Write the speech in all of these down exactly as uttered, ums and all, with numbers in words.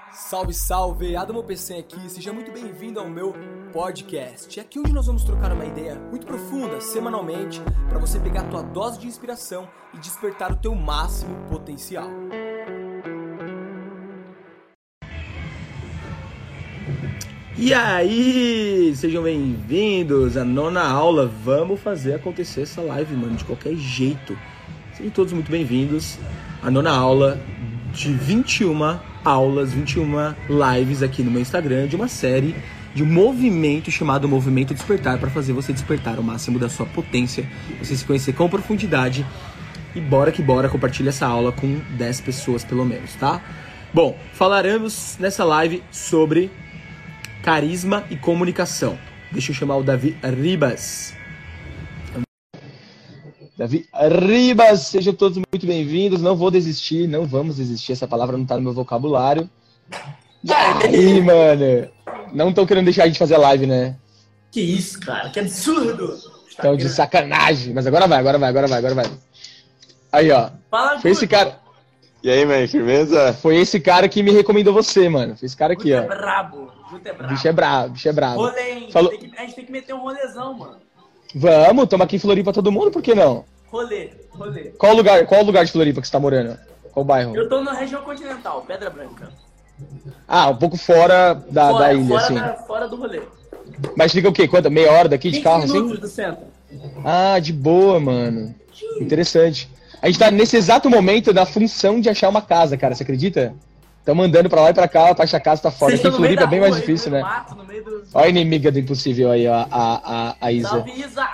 Salve, salve! Adamo P C aqui, seja muito bem-vindo ao meu podcast. É aqui onde nós vamos trocar uma ideia muito profunda, semanalmente, para você pegar a tua dose de inspiração e despertar o teu máximo potencial. E aí, sejam bem-vindos à nona aula. Vamos fazer acontecer essa live, mano, de qualquer jeito. Sejam todos muito bem-vindos à nona aula de vinte e uma aulas, vinte e uma lives aqui no meu Instagram, de uma série de um movimento chamado Movimento Despertar, para fazer você despertar o máximo da sua potência, você se conhecer com profundidade. E bora que bora, compartilha essa aula com dez pessoas pelo menos, tá? Bom, falaremos nessa live sobre carisma e comunicação. Deixa eu chamar o Davi Ribas. Davi Ribas, sejam todos muito bem-vindos. Não vou desistir, não vamos desistir. Essa palavra não tá no meu vocabulário. E aí, mano? Não estão querendo deixar a gente fazer a live, né? Que isso, cara? Que absurdo! Estão de sacanagem. Mas agora vai, agora vai, agora vai, agora vai. Aí, ó. Fala, Foi esse cara... E aí, man, firmeza? Foi esse cara que me recomendou você, mano. Foi esse cara aqui, ó. É brabo. Juto é brabo. Bicho é brabo, bicho é brabo. Rolê, hein? Falou... Tem que... A gente tem que meter um rolezão, mano. Vamos, estamos aqui em Floripa todo mundo, por que não? Rolê, rolê. Qual lugar, qual lugar de Floripa que você tá morando? Qual bairro? Eu tô na região continental, Pedra Branca. Ah, um pouco fora da, fora, da ilha, fora assim. Da, fora do rolê. Mas fica o quê? Quanto? Meia hora daqui de carro, assim? Do centro. Ah, de boa, mano. Interessante. A gente tá nesse exato momento na função de achar uma casa, cara, você acredita? Estamos andando pra lá e pra cá, pra achar casa tá fora. Aqui em Floripa é bem mais difícil, né? Mato, no meio do... Olha a inimiga do impossível aí, ó, a, a, a Isa. Salve, Isa!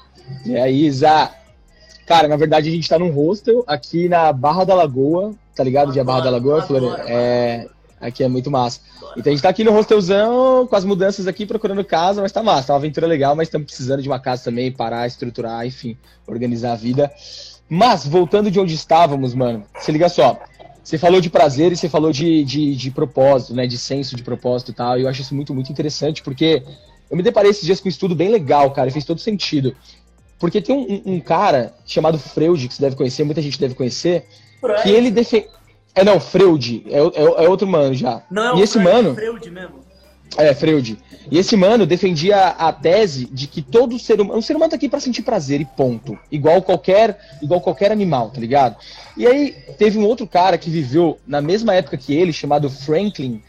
E aí, Isa? Cara, na verdade a gente tá num hostel aqui na Barra da Lagoa, tá ligado? De a Barra da Lagoa, Floripa. É, aqui é muito massa. Então a gente tá aqui no hostelzão, com as mudanças aqui, procurando casa, mas tá massa, tá uma aventura legal, mas estamos precisando de uma casa também, parar, estruturar, enfim, organizar a vida. Mas, voltando de onde estávamos, mano, se liga só. Você falou de prazer e você falou de, de, de propósito, né? De senso de propósito e tal. E eu acho isso muito, muito interessante, porque eu me deparei esses dias com um estudo bem legal, cara, e fez todo sentido. Porque tem um, um cara chamado Freud, que você deve conhecer, muita gente deve conhecer, Freud. Que ele defende... É, não, Freud, é, é, é outro mano já. Não, e esse Freud, mano... Freud mesmo. É, Freud. E esse mano defendia a tese de que todo ser humano... O ser humano tá aqui pra sentir prazer e ponto. Igual qualquer, igual qualquer animal, tá ligado? E aí teve um outro cara que viveu na mesma época que ele, chamado Franklin,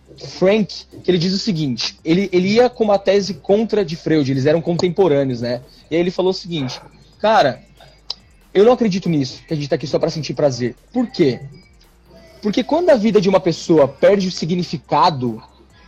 Frank, que ele diz o seguinte, ele, ele ia com uma tese contra de Freud, eles eram contemporâneos, né? E aí ele falou o seguinte, cara, eu não acredito nisso, que a gente tá aqui só pra sentir prazer. Por quê? Porque quando a vida de uma pessoa perde o significado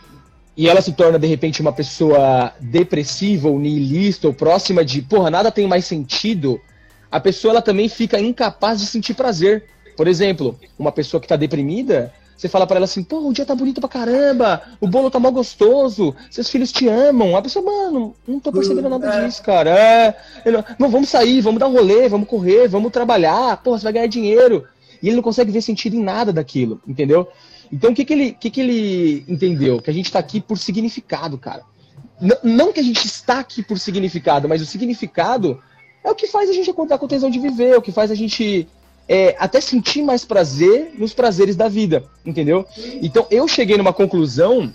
e ela se torna, de repente, uma pessoa depressiva ou nihilista ou próxima de, porra, nada tem mais sentido, a pessoa ela também fica incapaz de sentir prazer. Por exemplo, uma pessoa que tá deprimida, você fala pra ela assim, pô, o dia tá bonito pra caramba, o bolo tá mal gostoso, seus filhos te amam. A pessoa, mano, não tô percebendo nada é. disso, cara. É, não, não, vamos sair, vamos dar um rolê, vamos correr, vamos trabalhar, porra, você vai ganhar dinheiro. E ele não consegue ver sentido em nada daquilo, entendeu? Então, o que que ele, que que ele entendeu? Que a gente tá aqui por significado, cara. N- não que a gente está aqui por significado, mas o significado é o que faz a gente acordar com tesão de viver, é o que faz a gente é, até sentir mais prazer nos prazeres da vida, entendeu? Então, eu cheguei numa conclusão,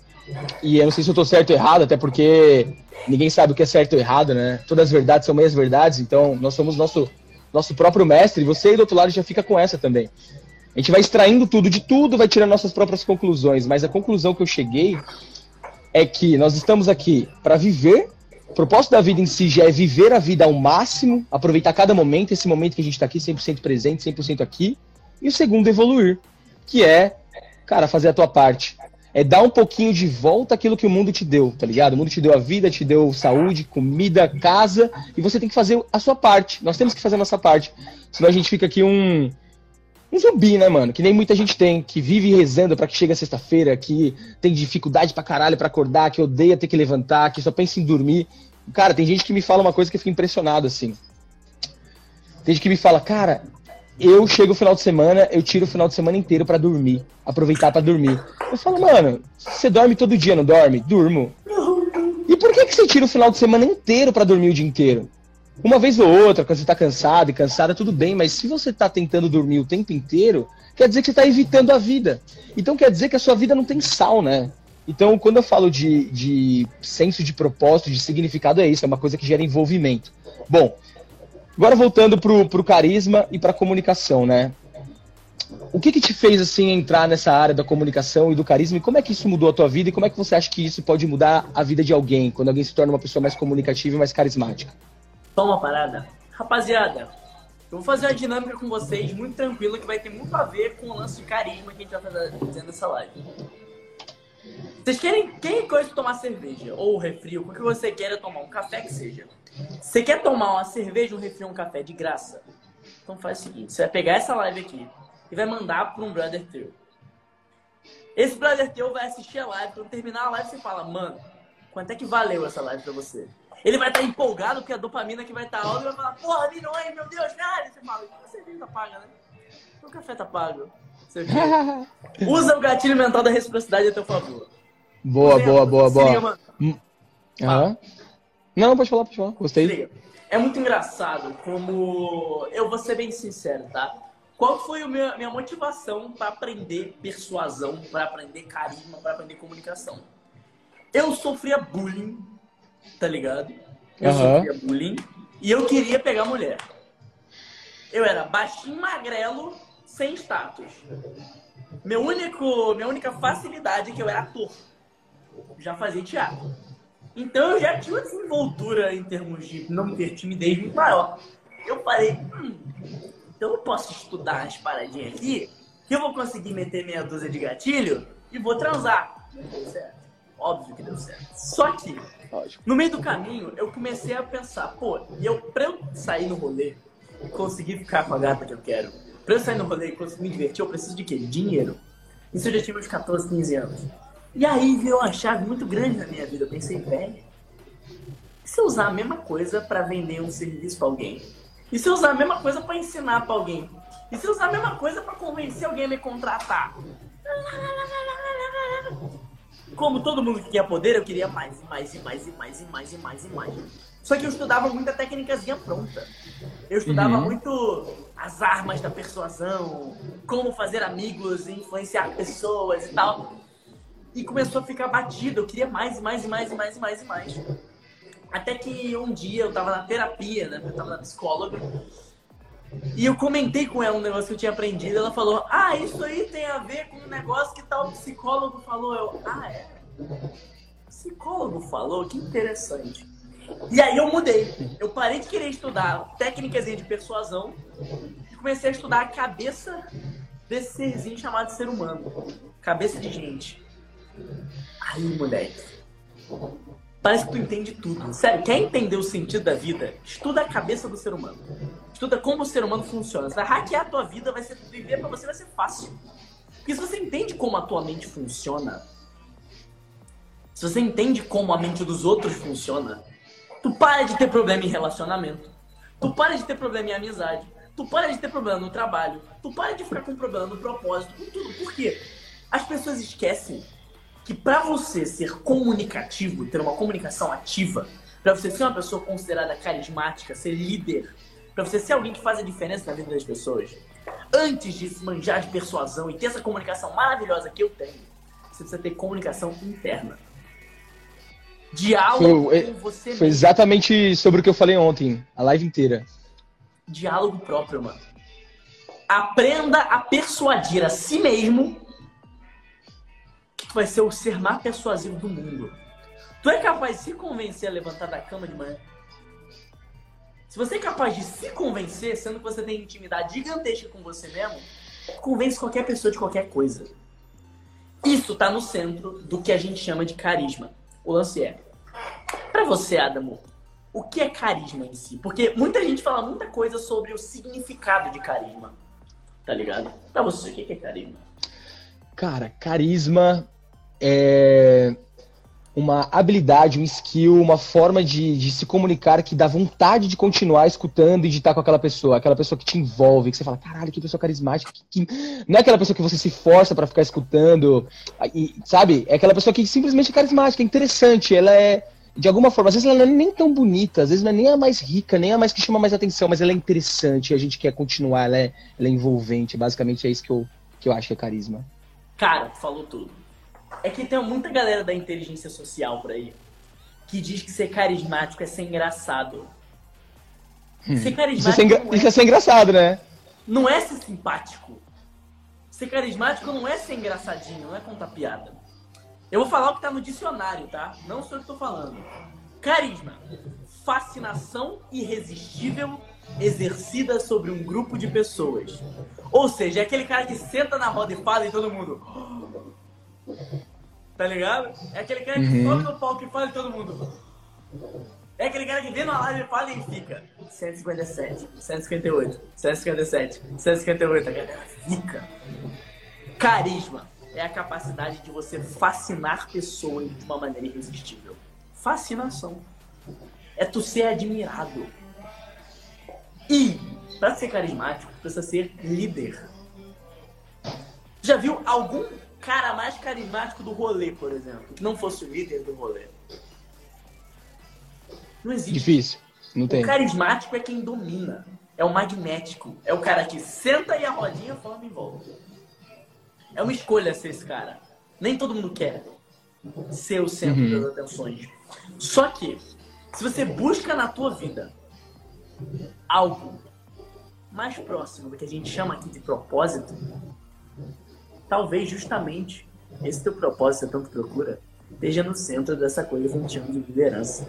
e eu não sei se eu tô certo ou errado, até porque ninguém sabe o que é certo ou errado, né? Todas as verdades são meias verdades, então nós somos nosso, nosso próprio mestre, e você aí do outro lado já fica com essa também. A gente vai extraindo tudo de tudo, vai tirando nossas próprias conclusões, mas a conclusão que eu cheguei é que nós estamos aqui para viver, o propósito da vida em si já é viver a vida ao máximo, aproveitar cada momento, esse momento que a gente está aqui, cem por cento presente, cem por cento aqui, e o segundo, evoluir, que é, cara, fazer a tua parte. É dar um pouquinho de volta àquilo que o mundo te deu, tá ligado? O mundo te deu a vida, te deu saúde, comida, casa, e você tem que fazer a sua parte. Nós temos que fazer a nossa parte, senão a gente fica aqui um... Um zumbi, né, mano? Que nem muita gente tem, que vive rezando pra que chegue a sexta-feira, que tem dificuldade pra caralho pra acordar, que odeia ter que levantar, que só pensa em dormir. Cara, tem gente que me fala uma coisa que eu fico impressionado, assim. Tem gente que me fala, cara, eu chego o final de semana, eu tiro o final de semana inteiro pra dormir, aproveitar pra dormir. Eu falo, mano, você dorme todo dia, não dorme? Durmo. E por que que você tira o final de semana inteiro pra dormir o dia inteiro? Uma vez ou outra, quando você tá cansado e cansada, tudo bem, mas se você tá tentando dormir o tempo inteiro, quer dizer que você tá evitando a vida. Então quer dizer que a sua vida não tem sal, né? Então, quando eu falo de, de senso de propósito, de significado, é isso, é uma coisa que gera envolvimento. Bom, agora voltando pro, pro carisma e pra comunicação, né? O que que te fez, assim, entrar nessa área da comunicação e do carisma, e como é que isso mudou a tua vida, e como é que você acha que isso pode mudar a vida de alguém, quando alguém se torna uma pessoa mais comunicativa e mais carismática? Só uma parada. Rapaziada, eu vou fazer uma dinâmica com vocês muito tranquila, que vai ter muito a ver com o lance de carisma que a gente vai fazer nessa live. Vocês querem, quem gosta de tomar cerveja ou refri, o que você quer tomar, um café que seja. Você quer tomar uma cerveja, um refri, um café de graça? Então faz o seguinte, você vai pegar essa live aqui e vai mandar para um brother teu. Esse brother teu vai assistir a live, quando terminar a live você fala, mano, quanto é que valeu essa live pra você? Ele vai estar empolgado porque a dopamina que vai estar alta e vai falar, porra, milhões, meu Deus, cara! E você fala, a cerveja tá paga, né? O café tá pago. Você usa o gatilho mental da reciprocidade a teu favor. Boa, Exemplo, boa, boa, boa. liga, mano. Hum. Uhum. Não, pode falar, pode falar. Gostei. Liga. É muito engraçado como... Eu vou ser bem sincero, tá? Qual foi a minha, minha motivação para aprender persuasão, para aprender carisma, para aprender comunicação? Eu sofria bullying, tá ligado? Eu Uhum. sofria bullying e eu queria pegar mulher. Eu era baixinho, magrelo, sem status. Meu único, minha única facilidade é que eu era ator. Já fazia teatro. Então eu já tinha uma desenvoltura em termos de não ter timidez muito maior. Eu falei, hum, então eu posso estudar as paradinhas aqui, que eu vou conseguir meter meia dúzia de gatilho e vou transar. Não deu certo. Óbvio que deu certo. Só que, no meio do caminho, eu comecei a pensar, pô, eu, pra eu sair no rolê e conseguir ficar com a gata que eu quero, pra eu sair no rolê e conseguir me divertir, eu preciso de quê? Dinheiro. Isso eu já tinha uns catorze, quinze anos. E aí veio uma chave muito grande na minha vida. Eu pensei, velho, e se eu usar a mesma coisa pra vender um serviço pra alguém? E se eu usar a mesma coisa pra ensinar pra alguém? E se eu usar a mesma coisa pra convencer alguém a me contratar? Como todo mundo que quer poder, eu queria mais e mais e mais e mais e mais e mais e mais. Só que eu estudava muita técnicazinha pronta. Eu estudava Uhum. muito as armas da persuasão, como fazer amigos, influenciar pessoas e tal. E começou a ficar batido. Eu queria mais e mais e mais e mais e mais e mais. Até que um dia eu tava na terapia, né? Eu tava na psicóloga. E eu comentei com ela um negócio que eu tinha aprendido. Ela falou, ah, isso aí tem a ver com um negócio que tal psicólogo falou. Eu, ah, é? Psicólogo falou? Que interessante. E aí eu mudei. Eu parei de querer estudar técnicas de persuasão e comecei a estudar a cabeça desse serzinho chamado ser humano. Cabeça de gente. Aí, moleque, parece que tu entende tudo. Sério, quer entender o sentido da vida? Estuda a cabeça do ser humano. Estuda como o ser humano funciona. Você vai hackear a tua vida, vai ser, viver pra você vai ser fácil. Porque se você entende como a tua mente funciona, se você entende como a mente dos outros funciona, tu para de ter problema em relacionamento. Tu para de ter problema em amizade. Tu para de ter problema no trabalho. Tu para de ficar com problema no propósito, com tudo. Por quê? As pessoas esquecem que para você ser comunicativo, ter uma comunicação ativa, para você ser uma pessoa considerada carismática, ser líder, para você ser alguém que faz a diferença na vida das pessoas, antes de se manjar de persuasão e ter essa comunicação maravilhosa que eu tenho, você precisa ter comunicação interna. Diálogo Foi, com você foi mesmo. exatamente sobre o que eu falei ontem, a live inteira. Diálogo próprio, mano. Aprenda a persuadir a si mesmo, que tu vai ser o ser mais persuasivo do mundo. Tu é capaz de se convencer a levantar da cama de manhã? Se você é capaz de se convencer, sendo que você tem intimidade gigantesca com você mesmo, convence qualquer pessoa de qualquer coisa. Isso tá no centro do que a gente chama de carisma. O lance é, pra você, Adamo, o que é carisma em si? Porque muita gente fala muita coisa sobre o significado de carisma, tá ligado? Pra você, o que é carisma? Cara, carisma é uma habilidade, um skill, uma forma de, de se comunicar que dá vontade de continuar escutando e de estar com aquela pessoa. Aquela pessoa que te envolve, que você fala, caralho, que pessoa carismática. Que, que... Não é aquela pessoa que você se força pra ficar escutando, e, sabe? É aquela pessoa que simplesmente é carismática, é interessante, ela é, de alguma forma, às vezes ela não é nem tão bonita, às vezes não é nem a mais rica, nem a mais que chama mais atenção, mas ela é interessante e a gente quer continuar, ela é, ela é envolvente. Basicamente é isso que eu, que eu acho que é carisma. Cara, tu falou tudo. É que tem muita galera da inteligência social por aí que diz que ser carismático é ser engraçado. Hum. Ser Isso, é carismático ser engra... não, é, Isso é ser engraçado, né? não é ser simpático. Ser carismático não é ser engraçadinho, não é contar piada. Eu vou falar o que tá no dicionário, tá? Não sou eu que tô falando. Carisma. Fascinação irresistível exercida sobre um grupo de pessoas. Ou seja, é aquele cara que senta na roda e fala e todo mundo... Tá ligado? É aquele cara que Uhum. sobe no palco e fala e todo mundo... É aquele cara que vem na live e fala e fica... cento e cinquenta e sete, cento e cinquenta e oito, cento e cinquenta e sete, cento e cinquenta e oito. A galera fica. Carisma é a capacidade de você fascinar pessoas de uma maneira irresistível. Fascinação. É tu ser admirado. E, pra ser carismático, precisa ser líder. Já viu algum cara mais carismático do rolê, por exemplo, que não fosse o líder do rolê? Não existe. Difícil. Não tem. O carismático é quem domina. É o magnético. É o cara que senta e a rodinha forma em volta. É uma escolha ser esse cara. Nem todo mundo quer ser o centro Uhum. das atenções. Só que, se você busca na tua vida algo mais próximo do que a gente chama aqui de propósito, talvez justamente esse teu propósito que você tanto procura esteja no centro dessa coisa que a gente chama de liderança.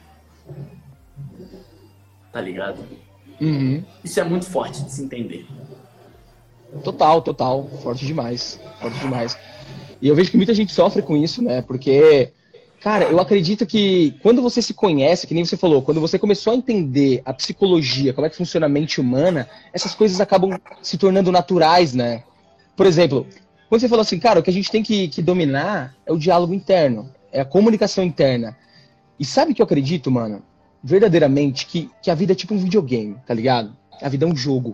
Tá ligado? Uhum. Isso é muito forte de se entender. Total, total. Forte demais. Forte demais. E eu vejo que muita gente sofre com isso, né? Porque, cara, eu acredito que quando você se conhece, que nem você falou, quando você começou a entender a psicologia, como é que funciona a mente humana, essas coisas acabam se tornando naturais, né? Por exemplo, quando você falou assim, cara, o que a gente tem que, que dominar é o diálogo interno, é a comunicação interna. E sabe o que eu acredito, mano? Verdadeiramente, que, que a vida é tipo um videogame, tá ligado? A vida é um jogo.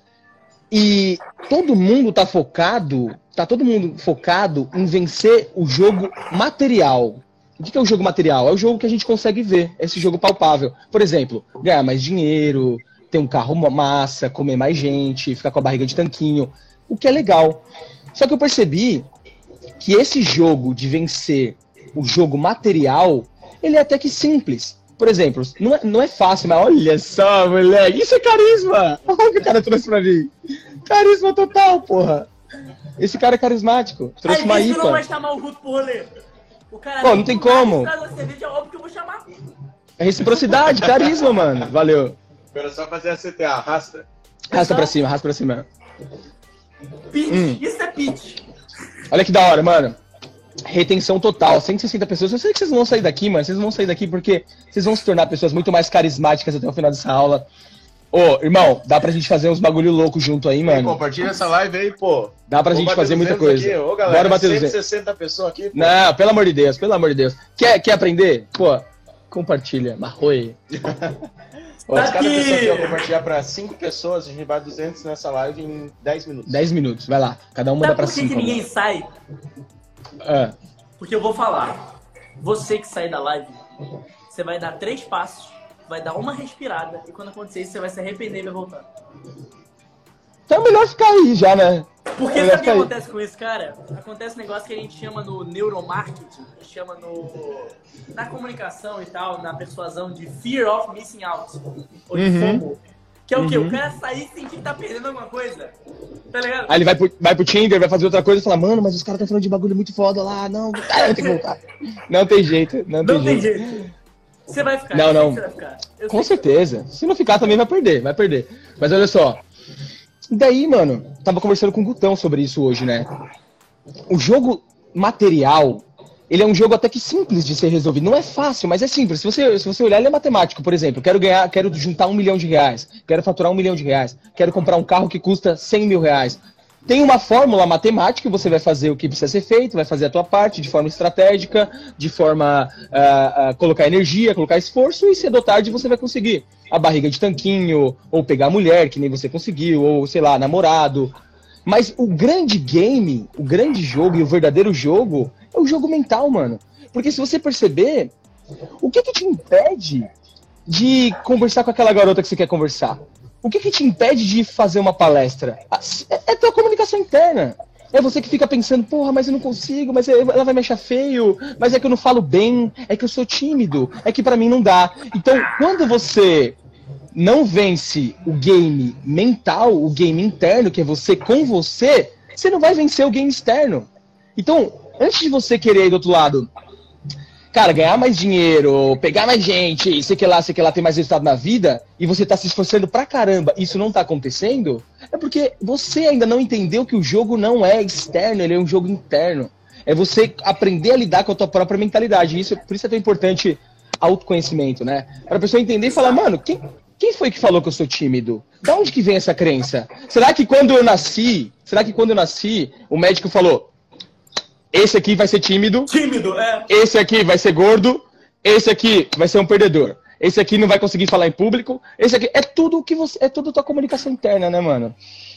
E todo mundo tá focado, tá todo mundo focado em vencer o jogo material. O que é o jogo material? É o jogo que a gente consegue ver, esse jogo palpável. Por exemplo, ganhar mais dinheiro, ter um carro massa, comer mais gente, ficar com a barriga de tanquinho, o que é legal. Só que eu percebi que esse jogo de vencer o jogo material, ele é até que simples. Por exemplo, não é, não é fácil, mas olha só, moleque, isso é carisma! Olha o que o cara trouxe pra mim. Carisma total, porra. Esse cara é carismático. Trouxe Aí uma diz que não vai I P A. chamar o Guto pro rolê. O cara Pô, não tem como. Traz a cerveja, é óbvio que eu vou chamar. É reciprocidade, carisma, mano. Valeu. Agora é só fazer a C T A, arrasta. Arrasta pra cima, arrasta pra cima. Pitch, Hum. isso é pitch. Olha que da hora, mano. Retenção total, cento e sessenta pessoas. Eu sei que vocês não vão sair daqui, mano. Vocês não vão sair daqui porque vocês vão se tornar pessoas muito mais carismáticas até o final dessa aula. Ô, irmão, dá pra gente fazer uns bagulho louco junto aí, Ei, mano. compartilha essa live aí, pô. Dá pra Vamos gente bater fazer muita duzentos coisa. Aqui. Ô, galera, Bora bater cento e duzentos. sessenta pessoas aqui, pô. Não, pelo amor de Deus, pelo amor de Deus. Quer, quer aprender? Pô, compartilha. Marroi. Ó, Tá cada aqui. pessoa aqui, ó, compartilhar pra cinco pessoas, a gente vai duzentos nessa live em dez minutos. dez minutos, vai lá. Cada um manda Sabe pra por que, cinco. que ninguém sai? Ah, Porque eu vou falar. Você que sair da live, você vai dar três passos, vai dar uma respirada, e quando acontecer isso, você vai se arrepender e vai voltar. então é melhor ficar aí já, né? Porque Melhor sabe o que ficar aí. acontece com isso, cara? Acontece um negócio que a gente chama no neuromarketing, a gente chama no... na comunicação e tal, na persuasão de fear of missing out, ou de Uhum. FOMO. Que é o quê? Uhum. O cara sair e sentir que tá perdendo alguma coisa. Tá ligado? Aí ele vai pro, vai pro Tinder, vai fazer outra coisa e fala, mano, mas os caras estão falando de bagulho muito foda lá. Não, ah, eu tenho que voltar. Não tem jeito, não, Não tem, tem jeito. jeito. Você vai ficar. Não, eu sei não. que você vai ficar. Eu Com sei que- certeza. Se não ficar também vai perder, vai perder. Mas olha só. Daí, mano, tava conversando com o Gutão sobre isso hoje, né? O jogo material, ele é um jogo até que simples de ser resolvido. Não é fácil, mas é simples. Se você, se você olhar, ele é matemático. Por exemplo, quero ganhar, quero juntar um milhão de reais, quero faturar um milhão de reais, quero comprar um carro que custa cem mil reais. Tem uma fórmula matemática, você vai fazer o que precisa ser feito, vai fazer a tua parte de forma estratégica, de forma a colocar energia, colocar esforço, e cedo ou tarde você vai conseguir a barriga de tanquinho, ou pegar mulher, que nem você conseguiu, ou sei lá, namorado. Mas o grande game, o grande jogo e o verdadeiro jogo é o jogo mental, mano. Porque se você perceber, o que que te impede de conversar com aquela garota que você quer conversar? O que que te impede de fazer uma palestra? É a tua comunicação interna. É você que fica pensando, porra, mas eu não consigo, mas ela vai me achar feio, mas é que eu não falo bem, é que eu sou tímido, é que pra mim não dá. Então, quando você não vence o game mental, o game interno, que é você com você, você não vai vencer o game externo. Então, antes de você querer ir do outro lado, cara, ganhar mais dinheiro, pegar mais gente, sei que lá, sei que lá, ter mais resultado na vida, e você tá se esforçando pra caramba, isso não tá acontecendo, é porque você ainda não entendeu que o jogo não é externo, ele é um jogo interno. É você aprender a lidar com a tua própria mentalidade. Isso, por isso é tão importante autoconhecimento, né? Pra pessoa entender e falar, mano, quem, quem foi que falou que eu sou tímido? Da onde que vem essa crença? Será que quando eu nasci, será que quando eu nasci, o médico falou, esse aqui vai ser tímido, Tímido, é. esse aqui vai ser gordo, esse aqui vai ser um perdedor, esse aqui não vai conseguir falar em público, esse aqui... É tudo que você... É tudo tua comunicação interna, né, mano?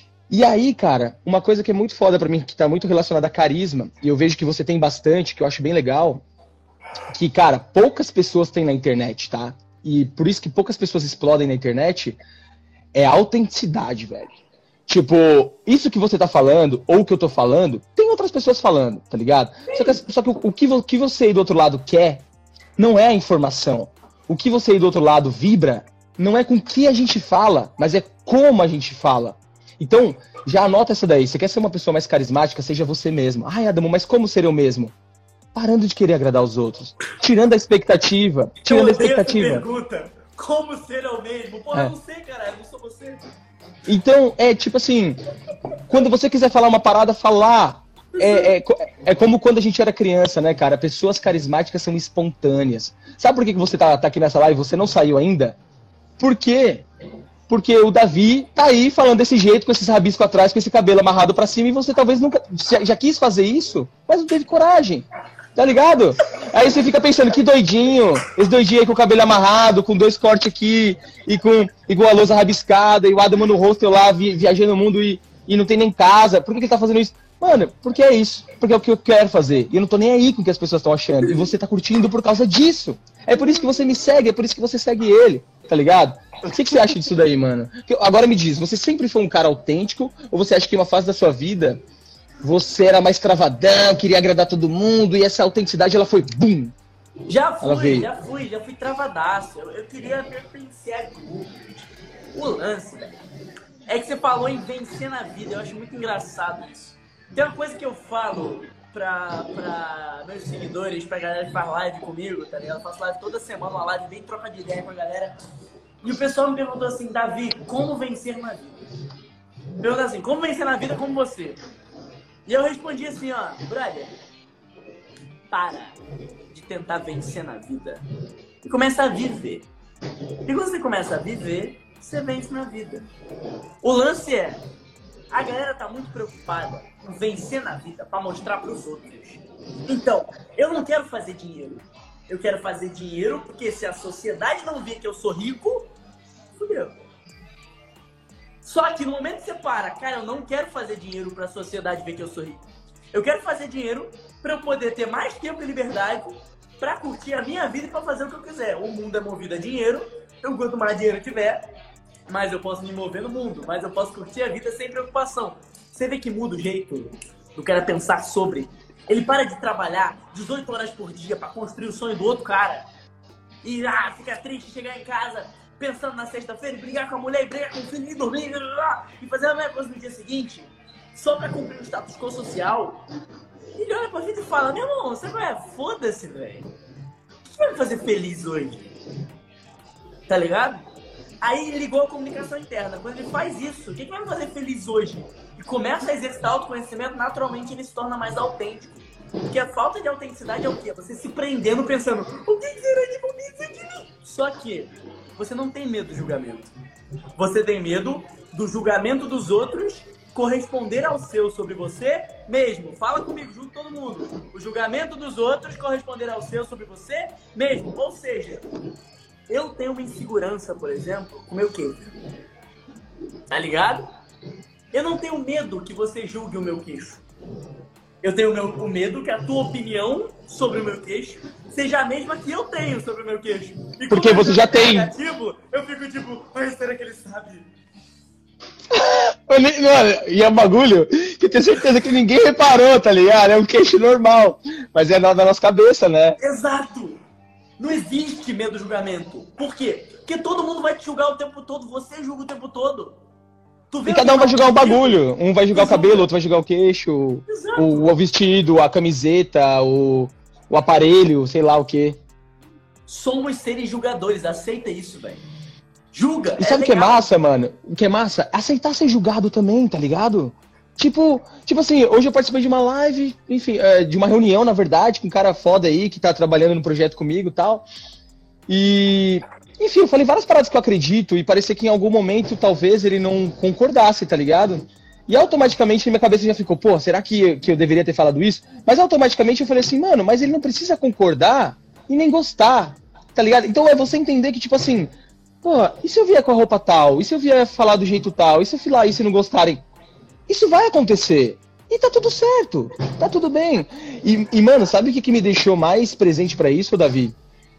E aí, cara, uma coisa que é muito foda pra mim, que tá muito relacionada a carisma, e eu vejo que você tem bastante, que eu acho bem legal, que, cara, poucas pessoas têm na internet, tá? E por isso que poucas pessoas explodem na internet, é a autenticidade, velho. Tipo, isso que você tá falando, ou que eu tô falando, tem outras pessoas falando, tá ligado? Só que, só que o, o, que, o que você aí do outro lado quer, não é a informação. O que você aí do outro lado vibra, não é com o que a gente fala, mas é como a gente fala. Então, já anota essa daí. Você quer ser uma pessoa mais carismática, seja você mesmo. Ai, Adamo, mas como ser eu mesmo? Parando de querer agradar os outros. Tirando a expectativa. Tirando a expectativa. Pergunta, como ser eu mesmo? Porra, É. eu não sei, cara, eu não sou você. Então, é tipo assim, quando você quiser falar uma parada, falar. É, é, é como quando a gente era criança, né, cara? Pessoas carismáticas são espontâneas. Sabe por que que você tá, tá aqui nessa live e você não saiu ainda? Por quê? Porque o Davi tá aí falando desse jeito, com esses rabiscos atrás, com esse cabelo amarrado pra cima, e você talvez nunca já, já quis fazer isso, mas não teve coragem. Tá ligado? Aí você fica pensando, que doidinho, esse doidinho aí com o cabelo amarrado, com dois cortes aqui, e com, e com a lousa rabiscada, e o Adamo no hostel lá, vi, viajando o mundo e, e não tem nem casa. Por que, que ele tá fazendo isso? Mano, porque é isso. Porque é o que eu quero fazer. E eu não tô nem aí com o que as pessoas estão achando. E você tá curtindo por causa disso. É por isso que você me segue, é por isso que você segue ele, tá ligado? O que, que você acha disso daí, mano? Agora me diz, você sempre foi um cara autêntico, ou você acha que em uma fase da sua vida você era mais travadão, queria agradar todo mundo, e essa autenticidade, ela foi BUM! Já fui, já fui, já fui travadaço. Eu, eu queria pertencer a grupos. O lance, velho, é que você falou em vencer na vida. Eu acho muito engraçado isso. Tem uma coisa que eu falo pra, pra meus seguidores, pra galera que faz live comigo, tá ligado? Eu faço live toda semana, uma live bem troca de ideia com a galera. E o pessoal me perguntou assim, Davi, como vencer na vida? Me perguntou assim, como vencer na vida como você? E eu respondi assim, ó, brother, para de tentar vencer na vida e começa a viver. E quando você começa a viver, você vence na vida. O lance é, a galera tá muito preocupada em vencer na vida pra mostrar pros outros. Então, eu não quero fazer dinheiro. Eu quero fazer dinheiro porque se a sociedade não vê que eu sou rico, fudeu. Só que no momento que você para, cara, eu não quero fazer dinheiro pra sociedade ver que eu sou rico. Eu quero fazer dinheiro pra eu poder ter mais tempo e liberdade pra curtir a minha vida e pra fazer o que eu quiser. O mundo é movido a dinheiro, então quanto mais dinheiro eu tiver, mais eu posso me mover no mundo, mais eu posso curtir a vida sem preocupação. Você vê que muda o jeito do cara pensar sobre. Ele para de trabalhar dezoito horas por dia pra construir o sonho do outro cara. E ah, fica triste chegar em casa pensando na sexta-feira e brigar com a mulher, e brigar com o filho, e dormir, e fazer a mesma coisa no dia seguinte, só pra cumprir o status quo social. E ele olha pra vida e fala, meu irmão, você vai, foda-se, velho. O que vai me fazer feliz hoje? Tá ligado? Aí ele ligou a comunicação interna. Quando ele faz isso, o que vai me fazer feliz hoje? E começa a exercitar autoconhecimento, naturalmente ele se torna mais autêntico. Porque a falta de autenticidade é o quê? Você se prendendo pensando, o que será que vão dizer de mim? Só que você não tem medo do julgamento. Você tem medo do julgamento dos outros corresponder ao seu sobre você mesmo. Fala comigo, junto todo mundo. O julgamento dos outros corresponder ao seu sobre você mesmo. Ou seja, eu tenho uma insegurança, por exemplo, com o meu queixo. Tá ligado? Eu não tenho medo que você julgue o meu queixo. Eu tenho o, meu, o medo que a tua opinião sobre o meu queixo seja a mesma que eu tenho sobre o meu queixo. E porque você já tem. Negativo, eu fico tipo, ai, será que ele sabe? Mano, e é um bagulho que eu tenho certeza que ninguém reparou, tá ligado? É um queixo normal. Mas é na, na nossa cabeça, né? Exato! Não existe medo do julgamento. Por quê? Porque todo mundo vai te julgar o tempo todo, você julga o tempo todo. Tu vê E cada um vai julgar um bagulho. Um vai julgar o Exato. cabelo, outro vai julgar o queixo, Exato. o, o vestido, a camiseta, o, o aparelho, sei lá o quê. Somos seres julgadores, aceita isso, velho. Julga. E sabe o que é legal. massa, mano? O que é massa? Aceitar ser julgado também, tá ligado? Tipo, tipo assim, hoje eu participei de uma live, enfim, é, de uma reunião, na verdade, com um cara foda aí, que tá trabalhando no projeto comigo e tal. E, enfim, eu falei várias paradas que eu acredito e parecia que em algum momento talvez ele não concordasse, tá ligado? E automaticamente na minha cabeça já ficou, pô, será que, que eu deveria ter falado isso? Mas automaticamente eu falei assim, mano, mas ele não precisa concordar e nem gostar, tá ligado? Então é você entender que, tipo assim, pô, e se eu vier com a roupa tal? E se eu vier falar do jeito tal? E se eu filar isso e não gostarem? Isso vai acontecer. E tá tudo certo. Tá tudo bem. E, e mano, sabe o que, que me deixou mais presente pra isso, Davi?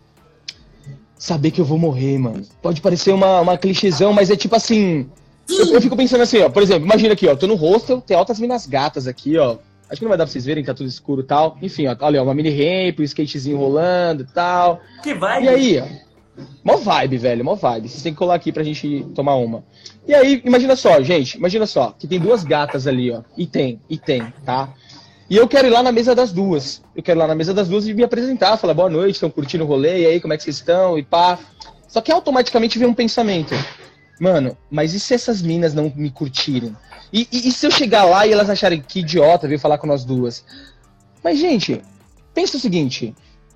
Saber que eu vou morrer, mano. Pode parecer uma, uma clichêzão, mas é tipo assim... Eu, eu fico pensando assim, ó. Por exemplo, imagina aqui, ó. Tô no hostel, tem altas minas gatas aqui, ó. Acho que não vai dar pra vocês verem, tá tudo escuro e tal. Enfim, ó. Olha, ó, uma mini ramp, um skatezinho rolando e tal. Que vai. E aí, ó. Mó vibe, velho, mó vibe. Vocês têm que colar aqui pra gente tomar uma. E aí, imagina só, gente, imagina só, que tem duas gatas ali, ó. E tem, e tem, tá? E eu quero ir lá na mesa das duas. Eu quero ir lá na mesa das duas e me apresentar, falar boa noite, estão curtindo o rolê, e aí, como é que vocês estão? E pá. Só que automaticamente vem um pensamento. Mano, mas e se essas minas não me curtirem? E, e, e se eu chegar lá e elas acharem que idiota veio falar com nós duas? Mas, gente, pensa o seguinte.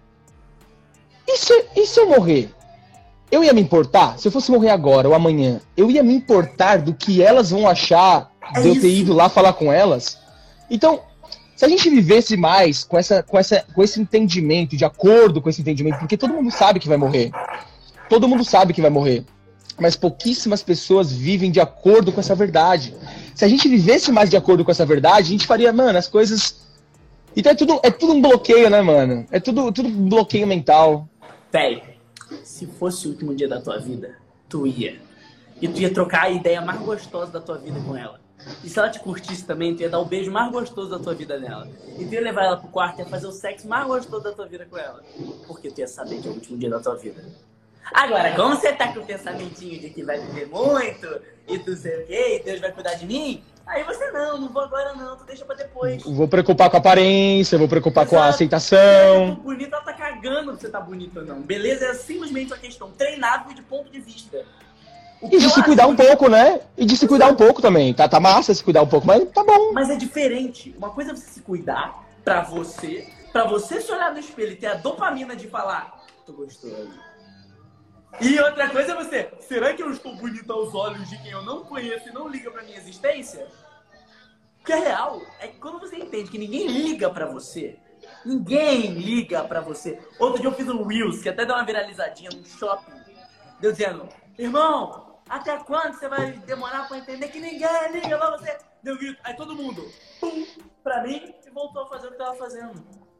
E se, e se eu morrer? Eu ia me importar? Se eu fosse morrer agora ou amanhã, eu ia me importar do que elas vão achar É de eu ter isso. ido lá falar com elas? Então, se a gente vivesse mais com, essa, com, essa, com esse entendimento, de acordo com esse entendimento, porque todo mundo sabe que vai morrer. Todo mundo sabe que vai morrer. Mas pouquíssimas pessoas vivem de acordo com essa verdade. Se a gente vivesse mais de acordo com essa verdade, a gente faria, mano, as coisas... Então é tudo, é tudo um bloqueio, né, mano? É tudo, tudo um bloqueio mental. Véi, se fosse o último dia da tua vida, tu ia. E tu ia trocar a ideia mais gostosa da tua vida com ela. E se ela te curtisse também, tu ia dar o beijo mais gostoso da tua vida nela. E tu ia levar ela pro quarto e ia fazer o sexo mais gostoso da tua vida com ela. Porque tu ia saber que é o último dia da tua vida. Agora, como você tá com o pensamentinho de que vai viver muito, e tu sei o quê, e Deus vai cuidar de mim, aí você não, não vou agora não, tu deixa pra depois. Vou preocupar com a aparência, vou preocupar com a Exato. aceitação. Eu tô bonita, ela tá cagando se você tá bonito ou não. Beleza é simplesmente uma questão treinável de ponto de vista. O E que de eu se acho cuidar um que- pouco, né? E de se cuidar um pouco também. Tá, tá massa se cuidar um pouco, mas tá bom. Mas é diferente. Uma coisa é você se cuidar pra você, pra você se olhar no espelho e ter a dopamina de falar, tô gostoso. E outra coisa é você, será que eu estou bonito aos olhos de quem eu não conheço e não liga pra minha existência? O que é real é que quando você entende que ninguém liga pra você, ninguém liga pra você. Outro dia eu fiz um Reels, que até deu uma viralizadinha num shopping, deu dizendo, irmão, até quando você vai demorar pra entender que ninguém liga pra você? Deu grito, aí todo mundo, pum, pra mim, e voltou a fazer o que tava fazendo.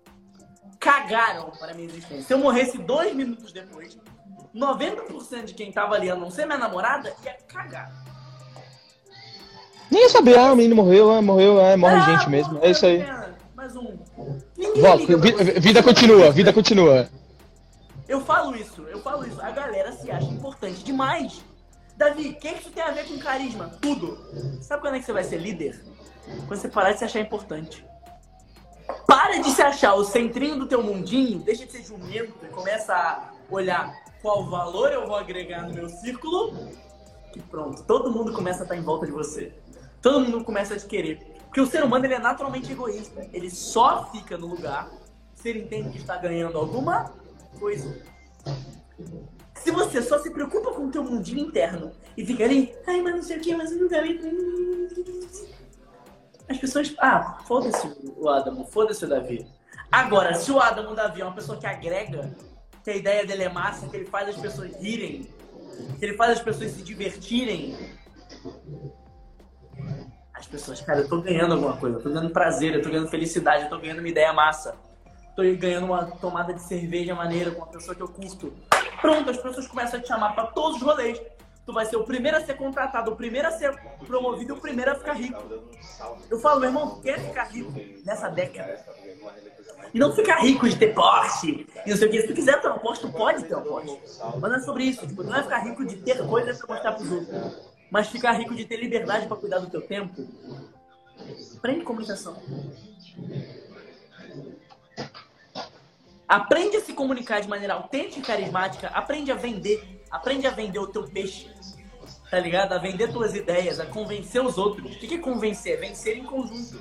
Cagaram para minha existência. Se eu morresse dois minutos depois, noventa por cento de quem tava ali a não ser minha namorada ia cagar. Nem ia saber, ah, o menino morreu, ah, morreu, ah, morre Ah, gente mesmo. morreu, É isso aí. pena. Mais um. Ninguém Volta, liga pra vi- você. vida continua, vida continua. Eu falo isso, eu falo isso. A galera se acha importante demais. Davi, o que que isso tem a ver com carisma? Tudo. Sabe quando é que você vai ser líder? Quando você parar de se achar importante. Para de se achar o centrinho do teu mundinho, deixa de ser jumento e começa a olhar qual valor eu vou agregar no meu círculo e pronto. Todo mundo começa a estar em volta de você. Todo mundo começa a te querer. Porque o ser humano ele é naturalmente egoísta. Ele só fica no lugar se ele entende que está ganhando alguma coisa. Se você só se preocupa com o teu mundinho interno e fica ali, ai, mas não sei o que, mas eu nunca vi. As pessoas, ah, foda-se o Adamo, foda-se o Davi. Agora, se o Adamo, o Davi é uma pessoa que agrega, que a ideia dele é massa, que ele faz as pessoas rirem, que ele faz as pessoas se divertirem, as pessoas, cara, eu tô ganhando alguma coisa, eu tô ganhando prazer, eu tô ganhando felicidade, eu tô ganhando uma ideia massa. Tô ganhando uma tomada de cerveja maneira com uma pessoa que eu curto. Pronto, as pessoas começam a te chamar pra todos os rolês. tu vai ser o primeiro a ser contratado, o primeiro a ser promovido e o primeiro a ficar rico. Eu falo, meu irmão, tu quer ficar rico nessa década? E não ficar rico de ter Porsche e não sei o que. Se tu quiser ter uma Porsche, tu pode ter uma Porsche. Mas não é sobre isso. Tipo, tu não vai ficar rico de ter coisas pra mostrar pros outros. Mas ficar rico de ter liberdade pra cuidar do teu tempo. Aprende comunicação. Aprende a se comunicar de maneira autêntica e carismática. Aprende a vender. Aprende a vender o teu peixe. Tá ligado? A vender tuas ideias, a convencer os outros. O que é convencer? Vencer em conjunto.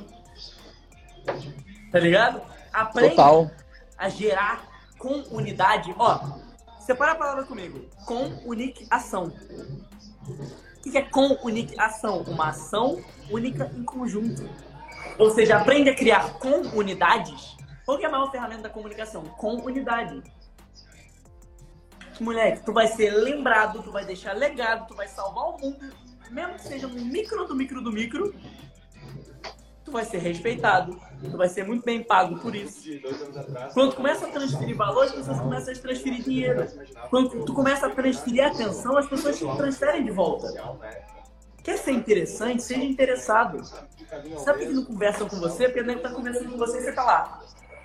Tá ligado? Aprende Total. a gerar com unidade. Ó, separa a palavra comigo. Com unique ação. O que é com unique ação? Uma ação única em conjunto. Ou seja, aprende a criar com unidades. Qual que é a maior ferramenta da comunicação? Com unidade. Moleque, tu vai ser lembrado, tu vai deixar legado, tu vai salvar o mundo, mesmo que seja no micro do micro do micro, tu vai ser respeitado, tu vai ser muito bem pago por isso. Quando tu começa a transferir valor, as pessoas começam a transferir dinheiro. Quando tu começa a transferir atenção, as pessoas te transferem de volta. Quer ser interessante? Seja interessado. Sabe por que não conversam com você? Porque nem tá conversando com você e você tá lá.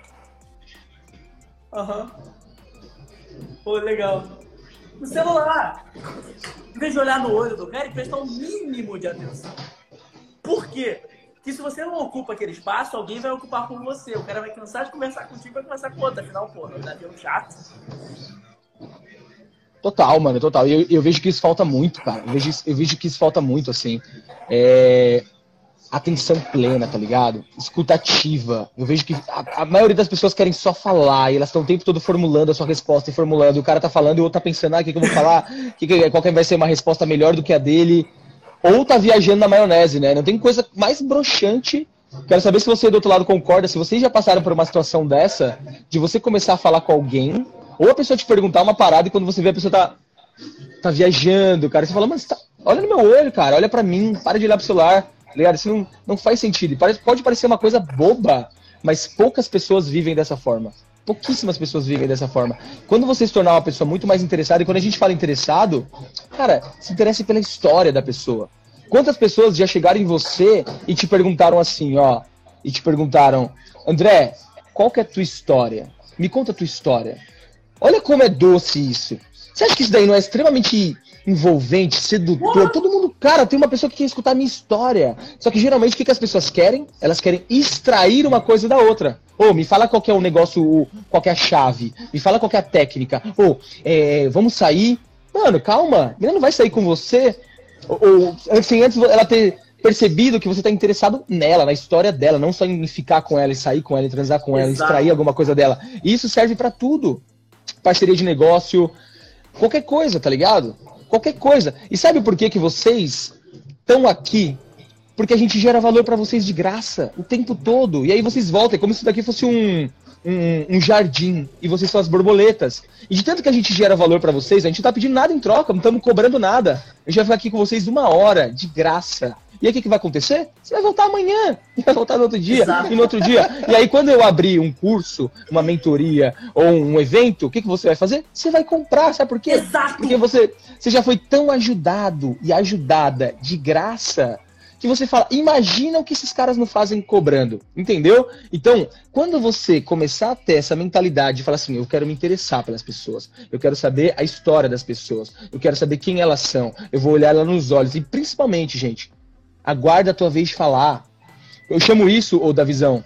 Aham. Uhum. Pô, legal. No celular. Em vez de olhar no olho do cara e prestar um mínimo de atenção. Por quê? Porque se você não ocupa aquele espaço, alguém vai ocupar por você. O cara vai cansar de conversar contigo e vai conversar com outro. Afinal, pô, não dá um chato. Total, mano, total. Eu, eu vejo que isso falta muito, cara. Eu vejo, eu vejo que isso falta muito, assim. É... Atenção plena, tá ligado? Escutativa. Eu vejo que a, a maioria das pessoas querem só falar e elas estão o tempo todo formulando a sua resposta e formulando. E o cara tá falando e o outro tá pensando, ah, o que, que eu vou falar? Que que, qual que vai ser uma resposta melhor do que a dele? Ou tá viajando na maionese, né? Não tem coisa mais broxante. Quero saber se você do outro lado concorda, se vocês já passaram por uma situação dessa, de você começar a falar com alguém, ou a pessoa te perguntar uma parada e quando você vê a pessoa tá, tá viajando, cara, você fala, mas tá, olha no meu olho, cara, olha pra mim, para de olhar pro celular. Ligado? Isso não, não faz sentido. Pode parecer uma coisa boba, mas poucas pessoas vivem dessa forma. Pouquíssimas pessoas vivem dessa forma. Quando você se tornar uma pessoa muito mais interessada, e quando a gente fala interessado, cara, se interesse pela história da pessoa. Quantas pessoas já chegaram em você e te perguntaram assim, ó, e te perguntaram, André, qual que é a tua história? Me conta a tua história. Olha como é doce isso. Você acha que isso daí não é extremamente envolvente, sedutor? Todo mundo, cara, tem uma pessoa que quer escutar a minha história. Só que geralmente o que, que as pessoas querem? Elas querem extrair uma coisa da outra. Ou, me fala qual que é o negócio, qual que é a chave. Me fala qual que é a técnica. Ou, é, vamos sair. Mano, calma. Ela não vai sair com você. Ou, ou assim, antes ela ter percebido que você tá interessado nela, na história dela, não só em ficar com ela, e sair com ela, e transar com ela, Exato. Extrair alguma coisa dela. E isso serve pra tudo. Parceria de negócio, qualquer coisa, tá ligado? Qualquer coisa. E sabe por que que vocês estão aqui? Porque a gente gera valor pra vocês de graça o tempo todo. E aí vocês voltam, é como se isso daqui fosse um, um, um jardim e vocês são as borboletas. E de tanto que a gente gera valor pra vocês, a gente não tá pedindo nada em troca, não estamos cobrando nada. A gente vai ficar aqui com vocês uma hora, de graça. E aí o que, que vai acontecer? Você vai voltar amanhã, e vai voltar no outro dia, Exato. E no outro dia. E aí quando eu abrir um curso, uma mentoria ou um evento, o que, que você vai fazer? Você vai comprar, sabe por quê? Exato. Porque você, você já foi tão ajudado e ajudada de graça que você fala, imagina o que esses caras não fazem cobrando, entendeu? Então, quando você começar a ter essa mentalidade de falar assim, eu quero me interessar pelas pessoas, eu quero saber a história das pessoas, eu quero saber quem elas são, eu vou olhar ela nos olhos, e principalmente, gente, aguarda a tua vez de falar. Eu chamo isso, ô Davizão,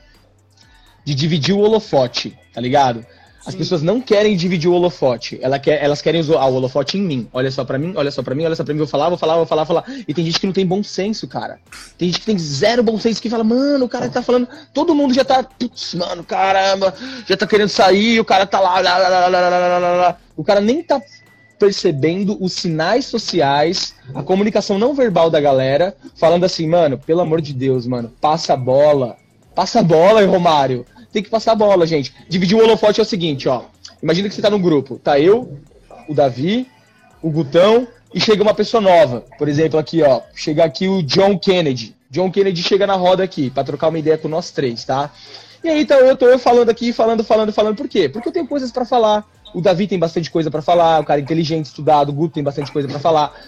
de dividir o holofote, tá ligado? As Sim. pessoas não querem dividir o holofote. Elas, quer, elas querem usar ah, o holofote em mim. Olha só pra mim, olha só pra mim, olha só pra mim. Vou falar, vou falar, vou falar, vou falar. E tem gente que não tem bom senso, cara. Tem gente que tem zero bom senso que fala, mano, o cara que tá falando... Todo mundo já tá... Putz, mano, caramba. Já tá querendo sair, o cara tá lá... lá, lá, lá, lá, lá, lá, lá. O cara nem tá percebendo os sinais sociais, a comunicação não verbal da galera, falando assim, mano, pelo amor de Deus, mano, passa a bola. Passa a bola, Romário. Tem que passar a bola, gente. Dividir o holofote é o seguinte, ó. Imagina que você tá num grupo. Tá eu, o Davi, o Gutão e chega uma pessoa nova. Por exemplo, aqui, ó. Chega aqui o John Kennedy. John Kennedy chega na roda aqui pra trocar uma ideia com nós três, tá? E aí, então, eu tô eu falando aqui, falando, falando, falando. Por quê? Porque eu tenho coisas pra falar. O Davi tem bastante coisa pra falar. O cara inteligente, estudado. O Guto tem bastante coisa pra falar.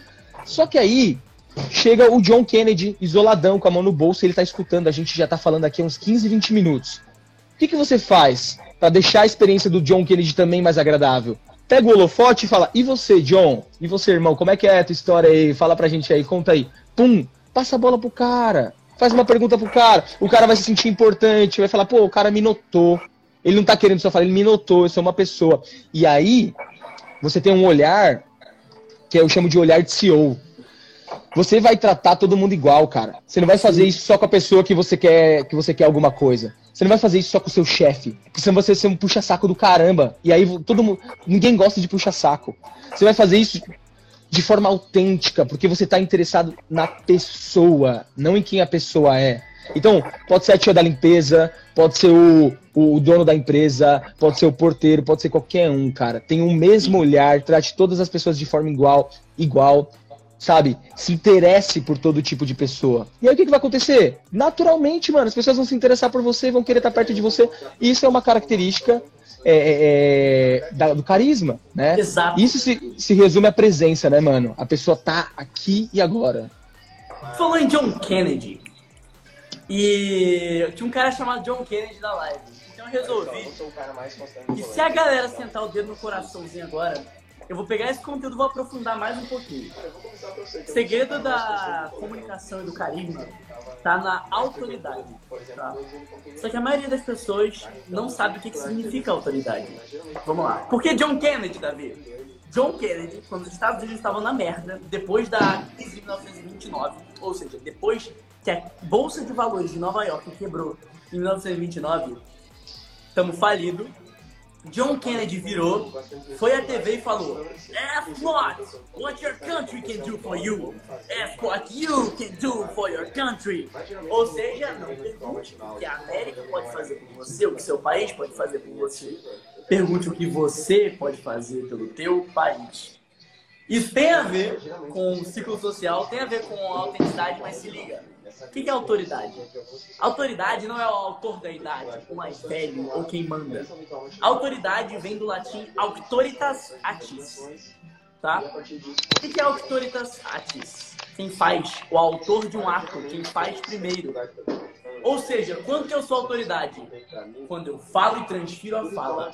Só que aí chega o John Kennedy, isoladão, com a mão no bolso, e ele tá escutando, a gente já tá falando aqui há uns quinze, vinte minutos. O que, que você faz para deixar a experiência do John Kennedy também mais agradável? Pega o holofote e fala, e você, John? E você, irmão, como é que é a tua história aí? Fala pra gente aí, conta aí. Pum, passa a bola pro cara. Faz uma pergunta pro cara. O cara vai se sentir importante, vai falar, pô, o cara me notou. Ele não tá querendo só falar, ele me notou, eu sou uma pessoa. E aí, você tem um olhar, que eu chamo de olhar de C E O. Você vai tratar todo mundo igual, cara. Você não vai fazer isso só com a pessoa que você quer, que você quer alguma coisa. Você não vai fazer isso só com o seu chefe. Porque senão você ser um puxa-saco do caramba. E aí todo mundo. Ninguém gosta de puxa-saco. Você vai fazer isso de forma autêntica, porque você está interessado na pessoa, não em quem a pessoa é. Então, pode ser a tia da limpeza, pode ser o, o dono da empresa, pode ser o porteiro, pode ser qualquer um, cara. Tem o mesmo olhar, trate todas as pessoas de forma igual, igual. Sabe? Se interesse por todo tipo de pessoa. E aí o que, que vai acontecer? Naturalmente, mano, as pessoas vão se interessar por você, vão querer estar perto de você. E isso é uma característica é, é, da, do carisma, né? Exato. Isso se, se resume à presença, né, mano? A pessoa tá aqui e agora. Falou em John Kennedy. E tinha um cara chamado John Kennedy da live. Então eu resolvi que se a galera sentar o dedo no coraçãozinho agora, eu vou pegar esse conteúdo e vou aprofundar mais um pouquinho. O segredo da comunicação e do carisma tá na autoridade. Tá? Só que a maioria das pessoas não sabe o que, que significa autoridade. Vamos lá. Por que John Kennedy, Davi? John Kennedy, quando os Estados Unidos estavam na merda, depois da crise de mil novecentos e vinte e nove, ou seja, depois que a Bolsa de Valores de Nova York quebrou em mil novecentos e vinte e nove, estamos falidos. John Kennedy virou, foi à T V e falou: Ask what? What your country can do for you. Ask what you can do for your country. Ou seja, não pergunte o que a América pode fazer por você, o que seu país pode fazer por você. Pergunte o que você pode fazer pelo teu país. Isso tem a ver com o ciclo social, tem a ver com a autenticidade, mas se liga. O que é autoridade? Autoridade não é o autor da idade, o mais velho ou quem manda. Autoridade vem do latim auctoritas atis. Tá? O que é auctoritas atis? Quem faz, o autor de um ato, quem faz primeiro. Ou seja, quando que eu sou autoridade? Quando eu falo e transfiro a fala.